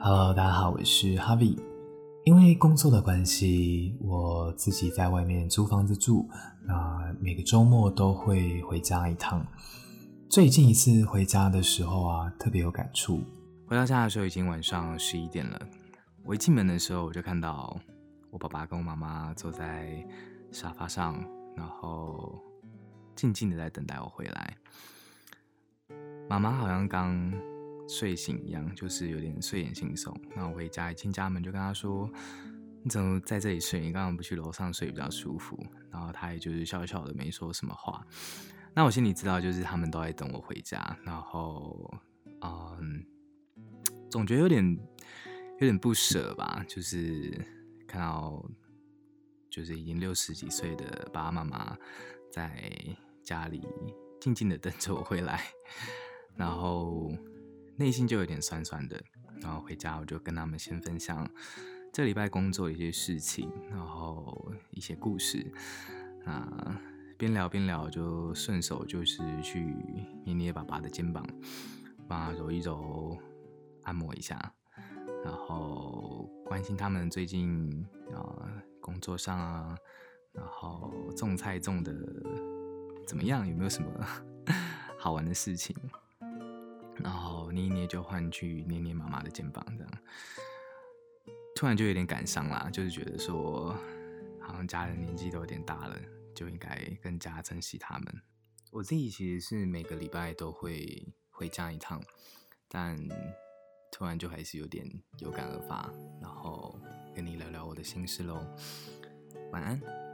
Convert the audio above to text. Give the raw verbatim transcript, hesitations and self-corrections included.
Hello， 大家好，我是 Harvey。因为工作的关系，我自己在外面租房子住，那每个周末都会回家一趟。最近一次回家的时候啊，特别有感触。 回到家的时候已经晚上十一点了，我一进门的时候我就看到我爸爸跟我妈妈坐在沙发上，然后静静的在等待我回来。妈妈好像刚睡醒一样，就是有点睡眼惺忪。那我回家一进家门就跟她说：“你怎么在这里睡？你刚刚不去楼上睡比较舒服？”然后她也就是笑笑的，没说什么话。那我心里知道，就是他们都在等我回家，然后嗯，总觉得有点有点不舍吧，就是看到就是已经六十几岁的爸爸妈妈在家里静静的等着我回来，然后内心就有点酸酸的。然后回家我就跟他们先分享这礼拜工作的一些事情，然后一些故事。那边聊边聊，就顺手就是去捏捏爸爸的肩膀，帮他揉一揉，按摩一下，然后关心他们最近啊工作上啊，然后种菜种的怎么样，有没有什么好玩的事情，然后捏一捏就换去捏捏妈妈的肩膀，这样突然就有点感伤啦，就是觉得说好像家人年纪都有点大了，就应该更加珍惜他们。我自己其实是每个礼拜都会回家一趟，但突然就还是有点有感而发，然后跟你聊聊我的心事咯。晚安。